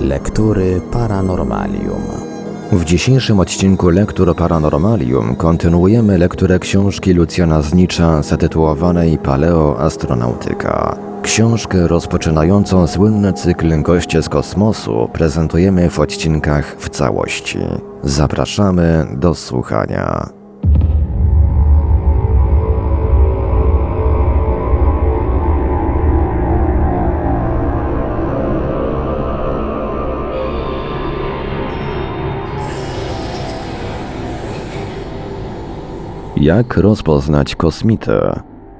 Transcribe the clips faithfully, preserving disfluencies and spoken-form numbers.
Lektury Paranormalium. W dzisiejszym odcinku Lektur Paranormalium kontynuujemy lekturę książki Lucjana Znicza zatytułowanej Paleoastronautyka. Książkę rozpoczynającą słynny cykl Goście z kosmosu prezentujemy w odcinkach w całości. Zapraszamy do słuchania. Jak rozpoznać kosmitę?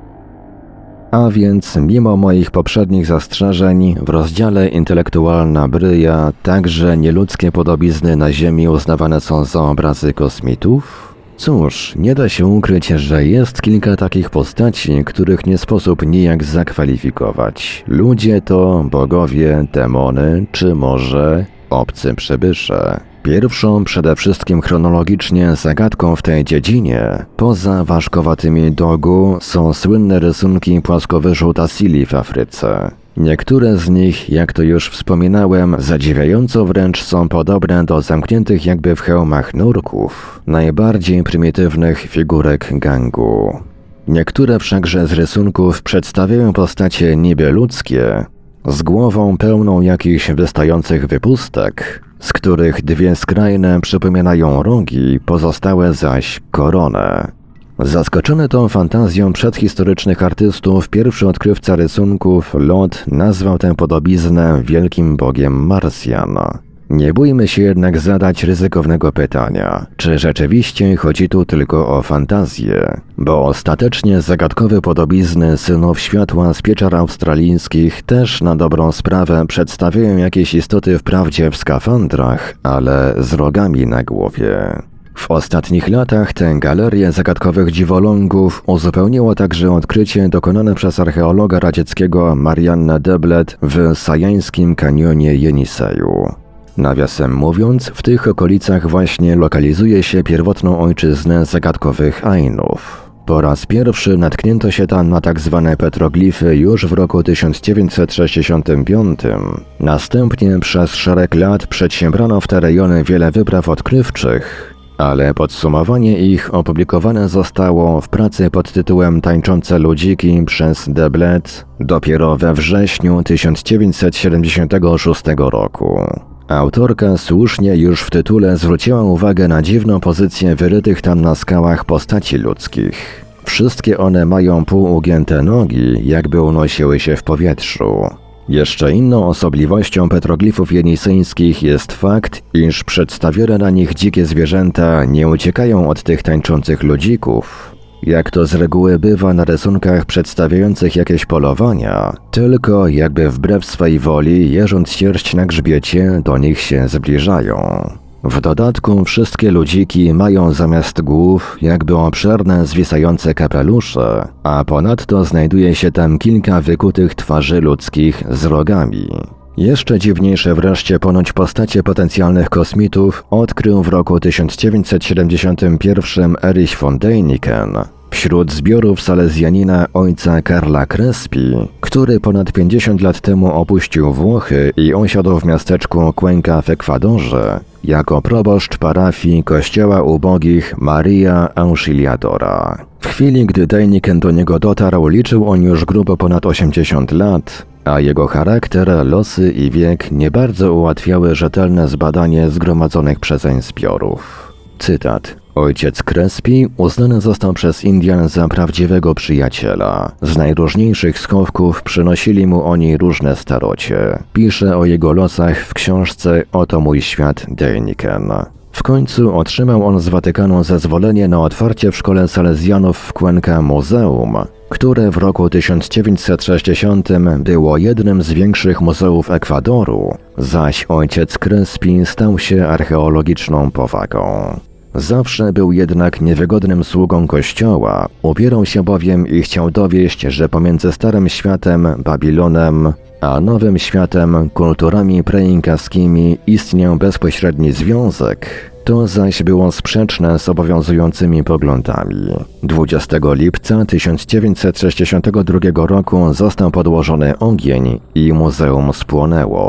A więc mimo moich poprzednich zastrzeżeń, w rozdziale Intelektualna bryja także nieludzkie podobizny na Ziemi uznawane są za obrazy kosmitów? Cóż, nie da się ukryć, że jest kilka takich postaci, których nie sposób nijak zakwalifikować. Ludzie to bogowie, demony, czy może obcy przybysze. Pierwszą, przede wszystkim chronologicznie, zagadką w tej dziedzinie, poza ważkowatymi dogu, są słynne rysunki płaskowyżu Tassili w Afryce. Niektóre z nich, jak to już wspominałem, zadziwiająco wręcz są podobne do zamkniętych jakby w hełmach nurków, najbardziej prymitywnych figurek gangu. Niektóre wszakże z rysunków przedstawiają postacie niby ludzkie, z głową pełną jakichś wystających wypustek, z których dwie skrajne przypominają rogi, pozostałe zaś koronę. Zaskoczony tą fantazją przedhistorycznych artystów, pierwszy odkrywca rysunków, Lot, nazwał tę podobiznę wielkim bogiem Marsjan. Nie bójmy się jednak zadać ryzykownego pytania, czy rzeczywiście chodzi tu tylko o fantazję, bo ostatecznie zagadkowe podobizny synów światła z pieczar australijskich też na dobrą sprawę przedstawiają jakieś istoty wprawdzie w skafandrach, ale z rogami na głowie. W ostatnich latach tę galerię zagadkowych dziwolągów uzupełniło także odkrycie dokonane przez archeologa radzieckiego Mariana Deblet w Sajańskim kanionie Jeniseju. Nawiasem mówiąc, w tych okolicach właśnie lokalizuje się pierwotną ojczyznę zagadkowych Ainów. Po raz pierwszy natknięto się tam na tak zwane petroglify już w roku tysiąc dziewięćset sześćdziesiątym piątym. Następnie przez szereg lat przedsiębrano w te rejony wiele wypraw odkrywczych, ale podsumowanie ich opublikowane zostało w pracy pod tytułem Tańczące ludziki przez Deblet dopiero we wrześniu tysiąc dziewięćset siedemdziesiątego szóstego roku. Autorka słusznie już w tytule zwróciła uwagę na dziwną pozycję wyrytych tam na skałach postaci ludzkich. Wszystkie one mają póługięte nogi, jakby unosiły się w powietrzu. Jeszcze inną osobliwością petroglifów jenisyjskich jest fakt, iż przedstawione na nich dzikie zwierzęta nie uciekają od tych tańczących ludzików, jak to z reguły bywa na rysunkach przedstawiających jakieś polowania, tylko jakby wbrew swej woli, jeżąc sierść na grzbiecie, do nich się zbliżają. W dodatku wszystkie ludziki mają zamiast głów jakby obszerne zwisające kapelusze, a ponadto znajduje się tam kilka wykutych twarzy ludzkich z rogami. Jeszcze dziwniejsze wreszcie ponoć postacie potencjalnych kosmitów odkrył w roku tysiąc dziewięćset siedemdziesiątym pierwszym Erich von Däniken wśród zbiorów salezjanina ojca Karla Crespi, który ponad pięćdziesiąt lat temu opuścił Włochy i osiadł w miasteczku Cuenca w Ekwadorze jako proboszcz parafii kościoła ubogich Maria Auxiliadora. W chwili, gdy Däniken do niego dotarł, liczył on już grubo ponad osiemdziesiąt lat, a jego charakter, losy i wiek nie bardzo ułatwiały rzetelne zbadanie zgromadzonych przezeń zbiorów. Cytat. Ojciec Crespi uznany został przez Indian za prawdziwego przyjaciela. Z najróżniejszych schowków przynosili mu oni różne starocie. Pisze o jego losach w książce Oto mój świat Däniken. W końcu otrzymał on z Watykanu zezwolenie na otwarcie w szkole salezjanów w Cuenca muzeum, które w roku tysiąc dziewięćset sześćdziesiątym było jednym z większych muzeów Ekwadoru, zaś ojciec Crespi stał się archeologiczną powagą. Zawsze był jednak niewygodnym sługą Kościoła, upierał się bowiem i chciał dowieść, że pomiędzy Starym Światem, Babilonem, a Nowym Światem, kulturami preinkaskimi istniał bezpośredni związek, To zaś było sprzeczne z obowiązującymi poglądami. dwudziestego lipca tysiąc dziewięćset sześćdziesiątego drugiego roku został podłożony ogień i muzeum spłonęło.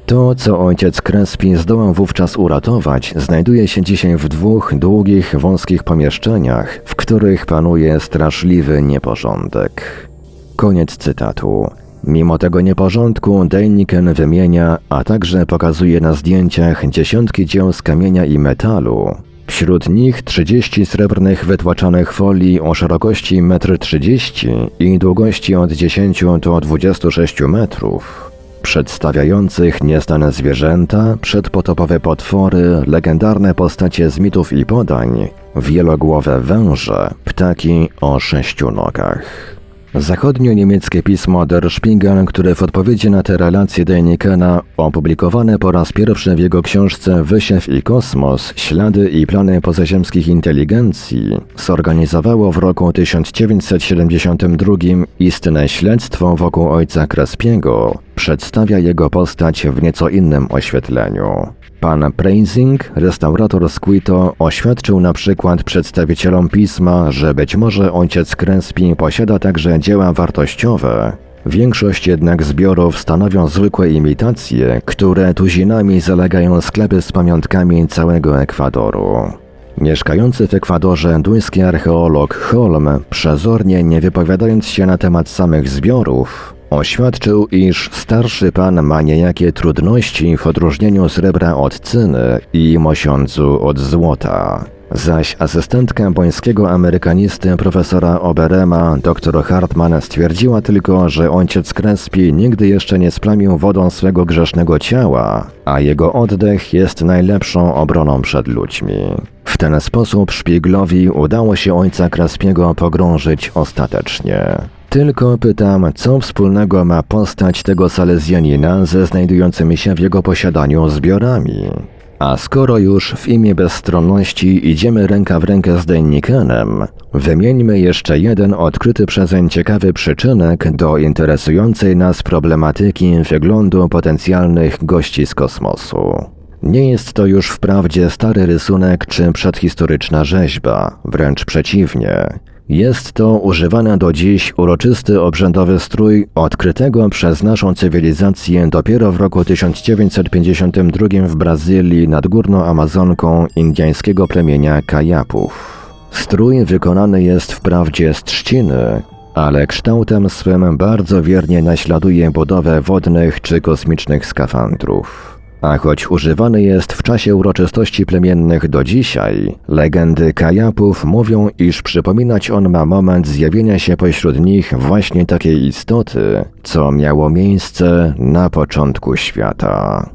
To, co ojciec Crespi zdołał wówczas uratować, znajduje się dzisiaj w dwóch długich, wąskich pomieszczeniach, w których panuje straszliwy nieporządek. Koniec cytatu. Mimo tego nieporządku Däniken wymienia, a także pokazuje na zdjęciach dziesiątki dzieł z kamienia i metalu. Wśród nich trzydzieści srebrnych wytłaczanych folii o szerokości jeden trzydzieści metry i długości od dziesięciu do dwudziestu sześciu metrów, przedstawiających nieznane zwierzęta, przedpotopowe potwory, legendarne postacie z mitów i podań, wielogłowe węże, ptaki o sześciu nogach. Zachodnio-niemieckie pismo Der Spiegel, które w odpowiedzi na te relacje Dänikena, opublikowane po raz pierwszy w jego książce Wysiew i kosmos, ślady i plany pozaziemskich inteligencji, zorganizowało w roku tysiąc dziewięćset siedemdziesiątym drugim istne śledztwo wokół ojca Crespiego, przedstawia jego postać w nieco innym oświetleniu. Pan Preising, restaurator z Quito, oświadczył na przykład przedstawicielom pisma, że być może ojciec Crespi posiada także dzieła wartościowe. Większość jednak zbiorów stanowią zwykłe imitacje, które tuzinami zalegają sklepy z pamiątkami całego Ekwadoru. Mieszkający w Ekwadorze duński archeolog Holm, przezornie nie wypowiadając się na temat samych zbiorów, oświadczył, iż starszy pan ma niejakie trudności w odróżnieniu srebra od cyny i mosiądzu od złota. Zaś asystentka bońskiego amerykanisty profesora Oberema, dr Hartman, stwierdziła tylko, że ojciec Crespi nigdy jeszcze nie splamił wodą swego grzesznego ciała, a jego oddech jest najlepszą obroną przed ludźmi. W ten sposób Szpiglowi udało się ojca Crespiego pogrążyć ostatecznie. Tylko pytam, co wspólnego ma postać tego Salezjanina ze znajdującymi się w jego posiadaniu zbiorami? A skoro już w imię bezstronności idziemy ręka w rękę z Dänikenem, wymieńmy jeszcze jeden odkryty przezeń ciekawy przyczynek do interesującej nas problematyki wyglądu potencjalnych gości z kosmosu. Nie jest to już wprawdzie stary rysunek czy przedhistoryczna rzeźba, wręcz przeciwnie. Jest to używany do dziś uroczysty obrzędowy strój odkrytego przez naszą cywilizację dopiero w roku tysiąc dziewięćset pięćdziesiątym drugim w Brazylii nad Górną Amazonką indyjskiego plemienia Kayapów. Strój wykonany jest wprawdzie z trzciny, ale kształtem swym bardzo wiernie naśladuje budowę wodnych czy kosmicznych skafandrów. A choć używany jest w czasie uroczystości plemiennych do dzisiaj, legendy Kayapów mówią, iż przypominać on ma moment zjawienia się pośród nich właśnie takiej istoty, co miało miejsce na początku świata.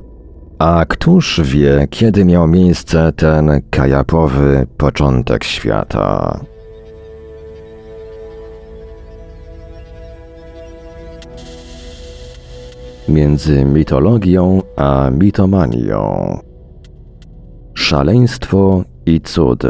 A któż wie, kiedy miał miejsce ten Kayapowy początek świata? Między mitologią a mitomanią. Szaleństwo i cud.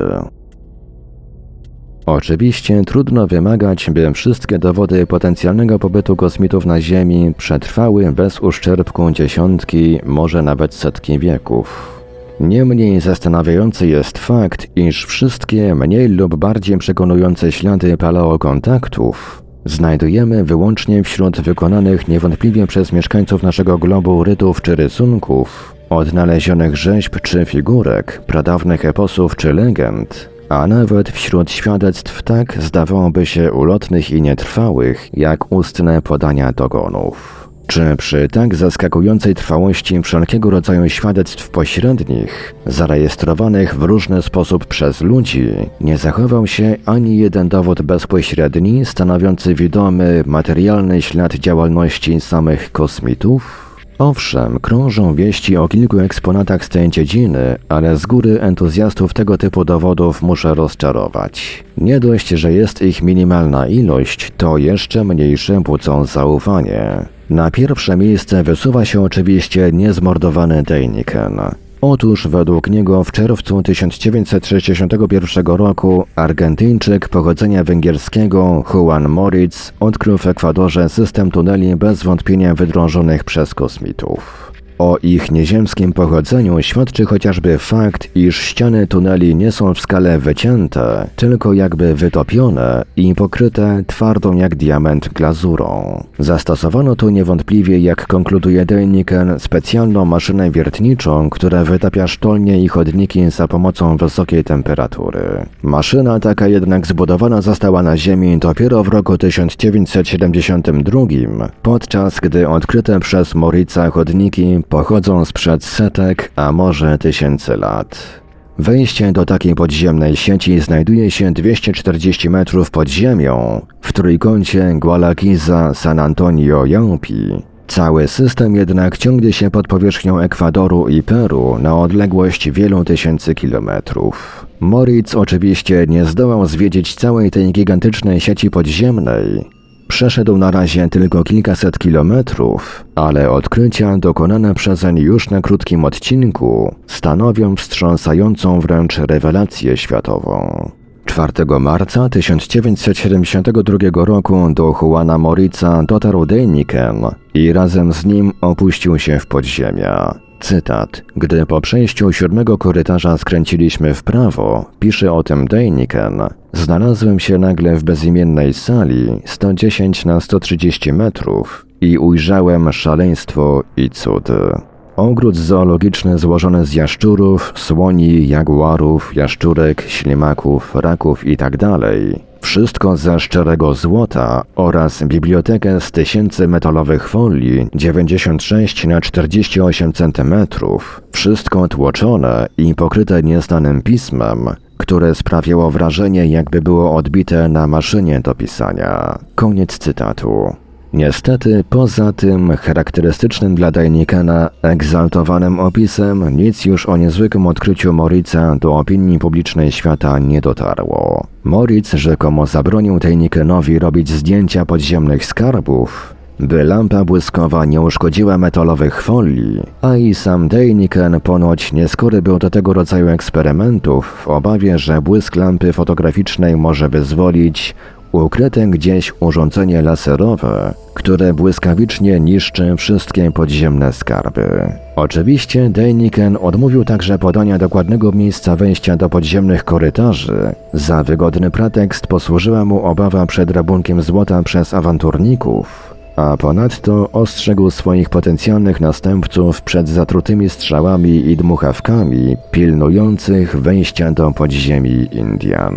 Oczywiście trudno wymagać, by wszystkie dowody potencjalnego pobytu kosmitów na Ziemi przetrwały bez uszczerbku dziesiątki, może nawet setki wieków. Niemniej zastanawiający jest fakt, iż wszystkie mniej lub bardziej przekonujące ślady paleokontaktów znajdujemy wyłącznie wśród wykonanych niewątpliwie przez mieszkańców naszego globu rytów czy rysunków, odnalezionych rzeźb czy figurek, pradawnych eposów czy legend, a nawet wśród świadectw tak, zdawałoby się, ulotnych i nietrwałych, jak ustne podania dogonów. Czy przy tak zaskakującej trwałości wszelkiego rodzaju świadectw pośrednich, zarejestrowanych w różny sposób przez ludzi, nie zachował się ani jeden dowód bezpośredni, stanowiący widomy, materialny ślad działalności samych kosmitów? Owszem, krążą wieści o kilku eksponatach z tej dziedziny, ale z góry entuzjastów tego typu dowodów muszę rozczarować. Nie dość, że jest ich minimalna ilość, to jeszcze mniejsze budzą zaufanie. Na pierwsze miejsce wysuwa się oczywiście niezmordowany Däniken. Otóż według niego w czerwcu tysiąc dziewięćset sześćdziesiątego pierwszego roku Argentyńczyk pochodzenia węgierskiego Juan Moritz odkrył w Ekwadorze system tuneli bez wątpienia wydrążonych przez kosmitów. O ich nieziemskim pochodzeniu świadczy chociażby fakt, iż ściany tuneli nie są w skale wycięte, tylko jakby wytopione i pokryte twardą jak diament glazurą. Zastosowano tu niewątpliwie, jak konkluduje Däniken, specjalną maszynę wiertniczą, która wytapia sztolnie i chodniki za pomocą wysokiej temperatury. Maszyna taka jednak zbudowana została na Ziemi dopiero w roku tysiąc dziewięćset siedemdziesiątym drugim, podczas gdy odkryte przez Moritza chodniki pochodzą sprzed setek, a może tysięcy lat. Wejście do takiej podziemnej sieci znajduje się dwieście czterdzieści metrów pod ziemią, w trójkącie Gualaquiza-San Antonio-Yaupi. Cały system jednak ciągnie się pod powierzchnią Ekwadoru i Peru na odległość wielu tysięcy kilometrów. Moritz oczywiście nie zdołał zwiedzić całej tej gigantycznej sieci podziemnej. Przeszedł na razie tylko kilkaset kilometrów, ale odkrycia dokonane przezeń już na krótkim odcinku stanowią wstrząsającą wręcz rewelację światową. czwartego marca tysiąc dziewięćset siedemdziesiątego drugiego roku do Juana Moritza dotarł Däniken i razem z nim opuścił się w podziemia. Cytat. Gdy po przejściu siódmego korytarza skręciliśmy w prawo, pisze o tym Däniken, znalazłem się nagle w bezimiennej sali sto dziesięć na sto trzydzieści metrów i ujrzałem szaleństwo i cud. Ogród zoologiczny złożony z jaszczurów, słoni, jaguarów, jaszczurek, ślimaków, raków itd. Wszystko ze szczerego złota oraz bibliotekę z tysięcy metalowych folii dziewięćdziesiąt sześć na czterdzieści osiem centymetrów. Wszystko tłoczone i pokryte nieznanym pismem, które sprawiało wrażenie, jakby było odbite na maszynie do pisania. Koniec cytatu. Niestety, poza tym charakterystycznym dla Dänikena egzaltowanym opisem, nic już o niezwykłym odkryciu Moritza do opinii publicznej świata nie dotarło. Moritz rzekomo zabronił Dänikenowi robić zdjęcia podziemnych skarbów, by lampa błyskowa nie uszkodziła metalowych folii, a i sam Däniken ponoć nieskory był do tego rodzaju eksperymentów w obawie, że błysk lampy fotograficznej może wyzwolić ukryte gdzieś urządzenie laserowe, które błyskawicznie niszczy wszystkie podziemne skarby. Oczywiście Däniken odmówił także podania dokładnego miejsca wejścia do podziemnych korytarzy. Za wygodny pretekst posłużyła mu obawa przed rabunkiem złota przez awanturników, a ponadto ostrzegł swoich potencjalnych następców przed zatrutymi strzałami i dmuchawkami pilnujących wejścia do podziemi Indian.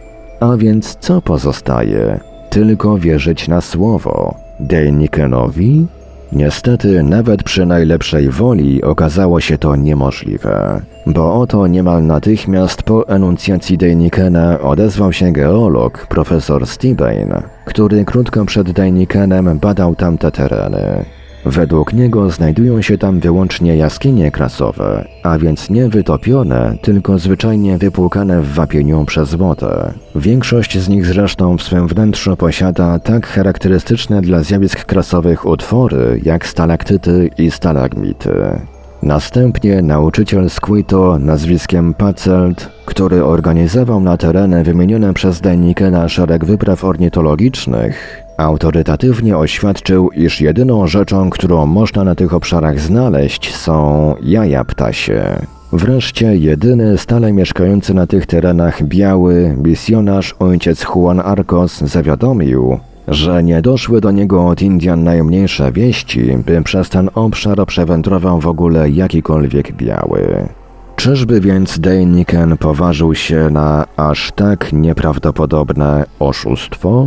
A więc co pozostaje? Tylko wierzyć na słowo. Dänikenowi? Niestety, nawet przy najlepszej woli okazało się to niemożliwe. Bo oto niemal natychmiast po enuncjacji Dänikena odezwał się geolog, profesor Stibbein, który krótko przed Dänikenem badał tamte tereny. Według niego znajdują się tam wyłącznie jaskinie krasowe, a więc nie wytopione, tylko zwyczajnie wypłukane w wapieniu przez wodę. Większość z nich zresztą w swym wnętrzu posiada tak charakterystyczne dla zjawisk krasowych utwory, jak stalaktyty i stalagmity. Następnie nauczyciel z Quito nazwiskiem Patzelt, który organizował na tereny wymienione przez Dänikena szereg wypraw ornitologicznych, autorytatywnie oświadczył, iż jedyną rzeczą, którą można na tych obszarach znaleźć, są jaja ptasie. Wreszcie jedyny stale mieszkający na tych terenach biały misjonarz ojciec Juan Arcos zawiadomił, że nie doszły do niego od Indian najmniejsze wieści, by przez ten obszar przewędrował w ogóle jakikolwiek biały. Czyżby więc Däniken poważył się na aż tak nieprawdopodobne oszustwo?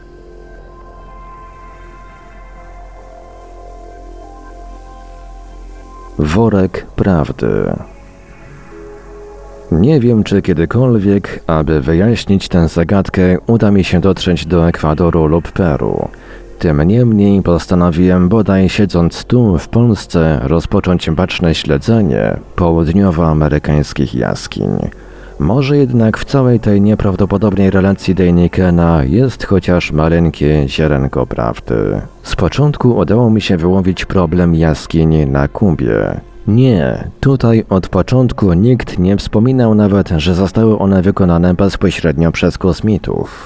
Worek prawdy. Nie wiem, czy kiedykolwiek, aby wyjaśnić tę zagadkę, uda mi się dotrzeć do Ekwadoru lub Peru. Tym niemniej postanowiłem bodaj siedząc tu, w Polsce, rozpocząć baczne śledzenie południowoamerykańskich jaskiń. Może jednak w całej tej nieprawdopodobnej relacji Dänikena jest chociaż maleńkie ziarenko prawdy. Z początku udało mi się wyłowić problem jaskiń na Kubie. Nie, tutaj od początku nikt nie wspominał nawet, że zostały one wykonane bezpośrednio przez kosmitów.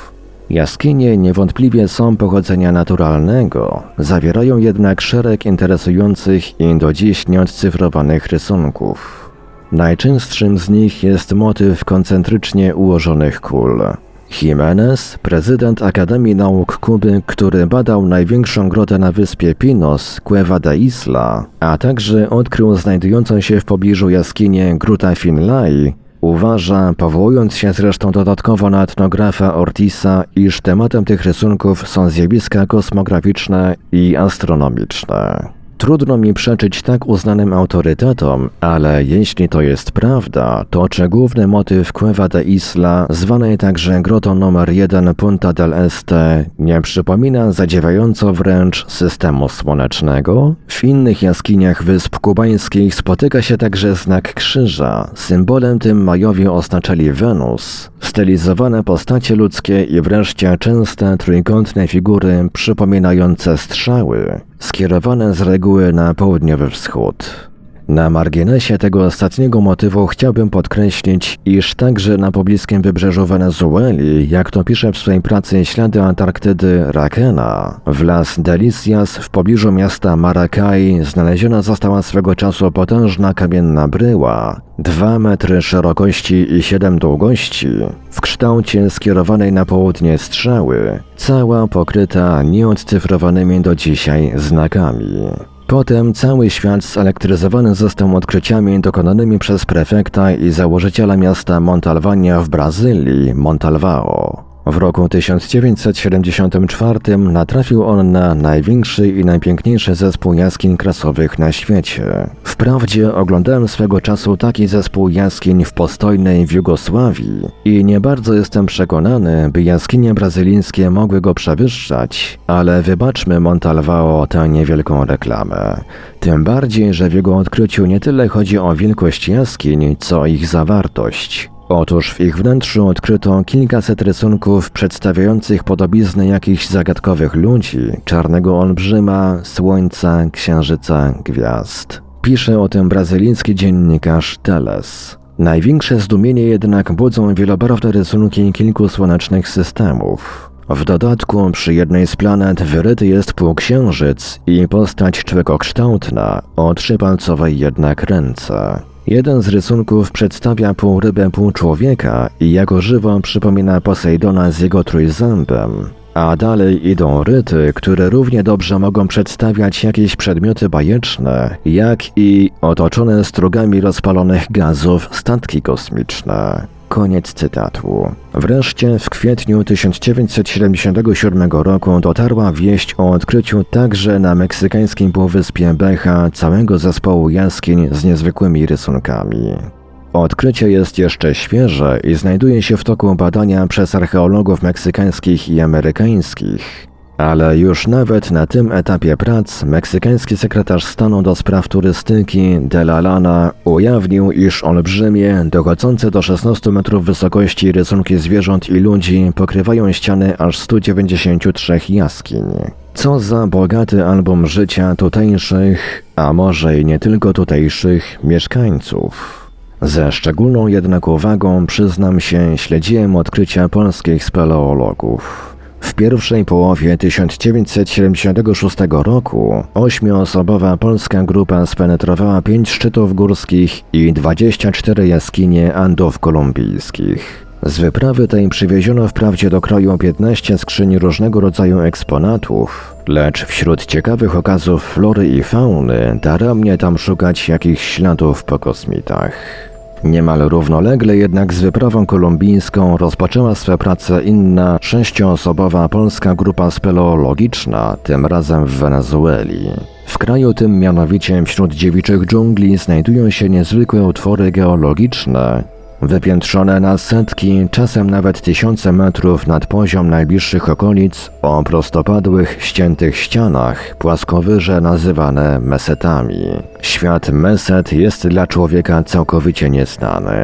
Jaskinie niewątpliwie są pochodzenia naturalnego, zawierają jednak szereg interesujących i do dziś nieodcyfrowanych rysunków. Najczęstszym z nich jest motyw koncentrycznie ułożonych kul. Jimenez, prezydent Akademii Nauk Kuby, który badał największą grotę na wyspie Pinos, Cueva de Isla, a także odkrył znajdującą się w pobliżu jaskinię Gruta Finlay, uważa, powołując się zresztą dodatkowo na etnografa Ortisa, iż tematem tych rysunków są zjawiska kosmograficzne i astronomiczne. Trudno mi przeczyć tak uznanym autorytetom, ale jeśli to jest prawda, to czy główny motyw Cueva de Isla, zwanej także grotą numer jeden Punta del Este, nie przypomina zadziewająco wręcz systemu słonecznego? W innych jaskiniach wysp kubańskich spotyka się także znak krzyża. Symbolem tym Majowie oznaczali Wenus, stylizowane postacie ludzkie i wreszcie częste trójkątne figury przypominające strzały, skierowane z reguły na południowy wschód. Na marginesie tego ostatniego motywu chciałbym podkreślić, iż także na pobliskim wybrzeżu Wenezueli, jak to pisze w swojej pracy Ślady Antarktydy Rakena, w Las Delicias w pobliżu miasta Maracay znaleziona została swego czasu potężna kamienna bryła, dwa metry szerokości i siedem długości, w kształcie skierowanej na południe strzały, cała pokryta nieodcyfrowanymi do dzisiaj znakami. Potem cały świat zelektryzowany został odkryciami dokonanymi przez prefekta i założyciela miasta Montalvania w Brazylii, Montalvao. W roku tysiąc dziewięćset siedemdziesiątym czwartym natrafił on na największy i najpiękniejszy zespół jaskiń krasowych na świecie. Wprawdzie oglądałem swego czasu taki zespół jaskiń w postojnej w Jugosławii i nie bardzo jestem przekonany, by jaskinie brazylijskie mogły go przewyższać, ale wybaczmy Montalvao tę niewielką reklamę. Tym bardziej, że w jego odkryciu nie tyle chodzi o wielkość jaskiń, co o ich zawartość. Otóż w ich wnętrzu odkryto kilkaset rysunków przedstawiających podobizny jakichś zagadkowych ludzi, czarnego olbrzyma, słońca, księżyca, gwiazd. Pisze o tym brazylijski dziennikarz Teles. Największe zdumienie jednak budzą wielobarwne rysunki kilku słonecznych systemów. W dodatku przy jednej z planet wyryty jest półksiężyc i postać człowiekokształtna o trzypalcowej jednak ręce. Jeden z rysunków przedstawia pół rybę, pół człowieka i jako żywo przypomina Posejdona z jego trójzębem. A dalej idą ryty, które równie dobrze mogą przedstawiać jakieś przedmioty bajeczne, jak i otoczone strugami rozpalonych gazów statki kosmiczne. Koniec cytatu. Wreszcie w kwietniu tysiąc dziewięćset siedemdziesiątego siódmego roku dotarła wieść o odkryciu także na meksykańskim półwyspie Becha całego zespołu jaskiń z niezwykłymi rysunkami. Odkrycie jest jeszcze świeże i znajduje się w toku badania przez archeologów meksykańskich i amerykańskich. Ale już nawet na tym etapie prac meksykański sekretarz stanu do spraw turystyki de la Lana ujawnił, iż olbrzymie, dochodzące do szesnastu metrów wysokości rysunki zwierząt i ludzi pokrywają ściany aż stu dziewięćdziesięciu trzech jaskiń. Co za bogaty album życia tutejszych, a może i nie tylko tutejszych, mieszkańców. Ze szczególną jednak uwagą, przyznam się, śledziłem odkrycia polskich speleologów. W pierwszej połowie tysiąc dziewięćset siedemdziesiątego szóstego roku ośmioosobowa polska grupa spenetrowała pięć szczytów górskich i dwadzieścia cztery jaskinie Andów kolumbijskich. Z wyprawy tej przywieziono wprawdzie do kraju piętnaście skrzyń różnego rodzaju eksponatów, lecz wśród ciekawych okazów flory i fauny daremnie tam szukać jakichś śladów po kosmitach. Niemal równolegle jednak z wyprawą kolumbijską rozpoczęła swe prace inna, sześcioosobowa polska grupa speleologiczna, tym razem w Wenezueli. W kraju tym mianowicie wśród dziewiczych dżungli znajdują się niezwykłe utwory geologiczne, wypiętrzone na setki, czasem nawet tysiące metrów nad poziom najbliższych okolic o prostopadłych, ściętych ścianach, płaskowyże nazywane mesetami. Świat meset jest dla człowieka całkowicie nieznany.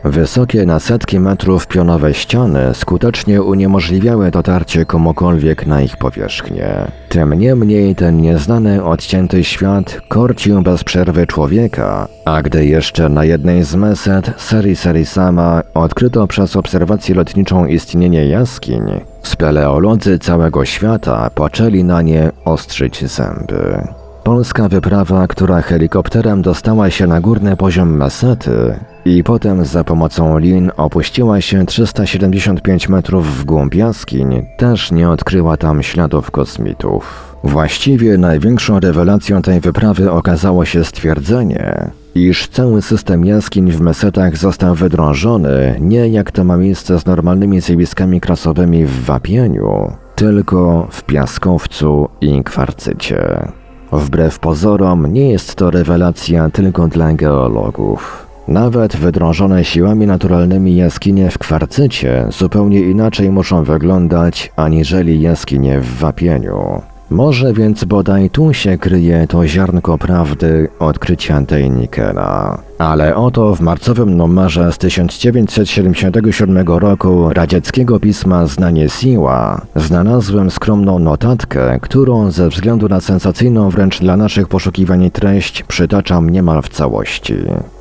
Wysokie na setki metrów pionowe ściany skutecznie uniemożliwiały dotarcie komukolwiek na ich powierzchnię. Tym niemniej ten nieznany, odcięty świat korcił bez przerwy człowieka, a gdy jeszcze na jednej z meset Seri Serisama odkryto przez obserwację lotniczą istnienie jaskiń, speleolodzy całego świata poczęli na nie ostrzyć zęby. Polska wyprawa, która helikopterem dostała się na górny poziom mesety i potem za pomocą lin opuściła się trzysta siedemdziesiąt pięć metrów w głąb jaskiń, też nie odkryła tam śladów kosmitów. Właściwie największą rewelacją tej wyprawy okazało się stwierdzenie, iż cały system jaskiń w mesetach został wydrążony nie jak to ma miejsce z normalnymi zjawiskami krasowymi w wapieniu, tylko w piaskowcu i kwarcycie. Wbrew pozorom nie jest to rewelacja tylko dla geologów. Nawet wydrążone siłami naturalnymi jaskinie w kwarcycie zupełnie inaczej muszą wyglądać aniżeli jaskinie w wapieniu. Może więc bodaj tu się kryje to ziarnko prawdy odkrycia Deinikena. Ale oto w marcowym numerze z tysiąc dziewięćset siedemdziesiątego siódmego roku radzieckiego pisma Znanie Siła znalazłem skromną notatkę, którą ze względu na sensacyjną wręcz dla naszych poszukiwań treść przytaczam niemal w całości.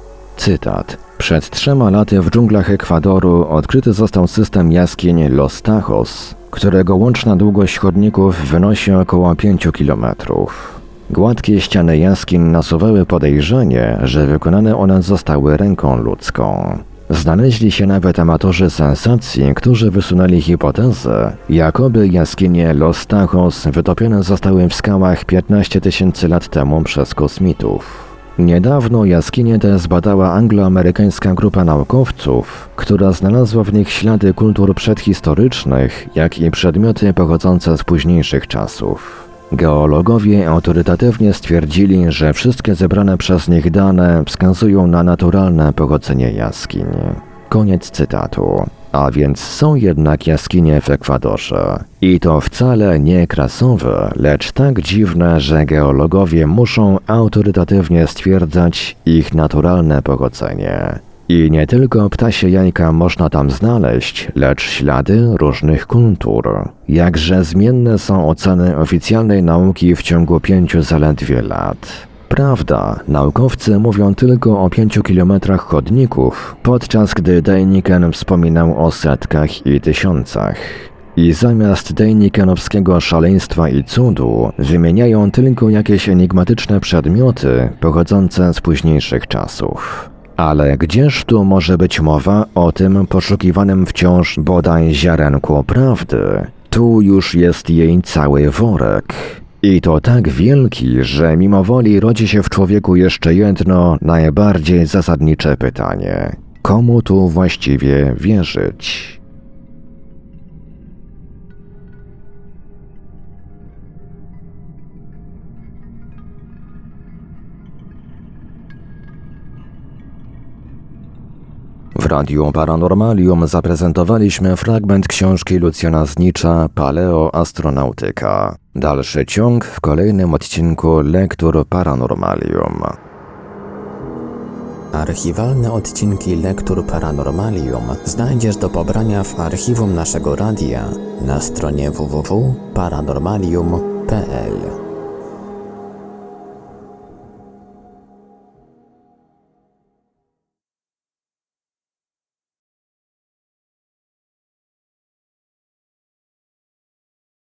Cytat. Przed trzema laty w dżunglach Ekwadoru odkryty został system jaskiń Los Tajos, którego łączna długość chodników wynosi około pięciu kilometrów. Gładkie ściany jaskiń nasuwały podejrzenie, że wykonane one zostały ręką ludzką. Znaleźli się nawet amatorzy sensacji, którzy wysunęli hipotezę, jakoby jaskinie Los Tajos wytopione zostały w skałach piętnaście tysięcy lat temu przez kosmitów. Niedawno jaskinie te zbadała angloamerykańska grupa naukowców, która znalazła w nich ślady kultur przedhistorycznych, jak i przedmioty pochodzące z późniejszych czasów. Geologowie autorytatywnie stwierdzili, że wszystkie zebrane przez nich dane wskazują na naturalne pochodzenie jaskiń. Koniec cytatu. A więc są jednak jaskinie w Ekwadorze. I to wcale nie krasowe, lecz tak dziwne, że geologowie muszą autorytatywnie stwierdzać ich naturalne pochodzenie. I nie tylko ptasie jajka można tam znaleźć, lecz ślady różnych kultur. Jakże zmienne są oceny oficjalnej nauki w ciągu pięciu zaledwie lat. Prawda, naukowcy mówią tylko o pięciu kilometrach chodników, podczas gdy Deiniken wspominał o setkach i tysiącach. I zamiast deinikenowskiego szaleństwa i cudu wymieniają tylko jakieś enigmatyczne przedmioty pochodzące z późniejszych czasów. Ale gdzież tu może być mowa o tym poszukiwanym wciąż bodaj ziarenku prawdy? Tu już jest jej cały worek. I to tak wielki, że mimowoli rodzi się w człowieku jeszcze jedno, najbardziej zasadnicze pytanie. Komu tu właściwie wierzyć? W Radiu Paranormalium zaprezentowaliśmy fragment książki Lucjana Znicza Paleoastronautyka. Dalszy ciąg w kolejnym odcinku Lektur Paranormalium. Archiwalne odcinki Lektur Paranormalium znajdziesz do pobrania w archiwum naszego radia na stronie w w w kropka paranormalium kropka p l.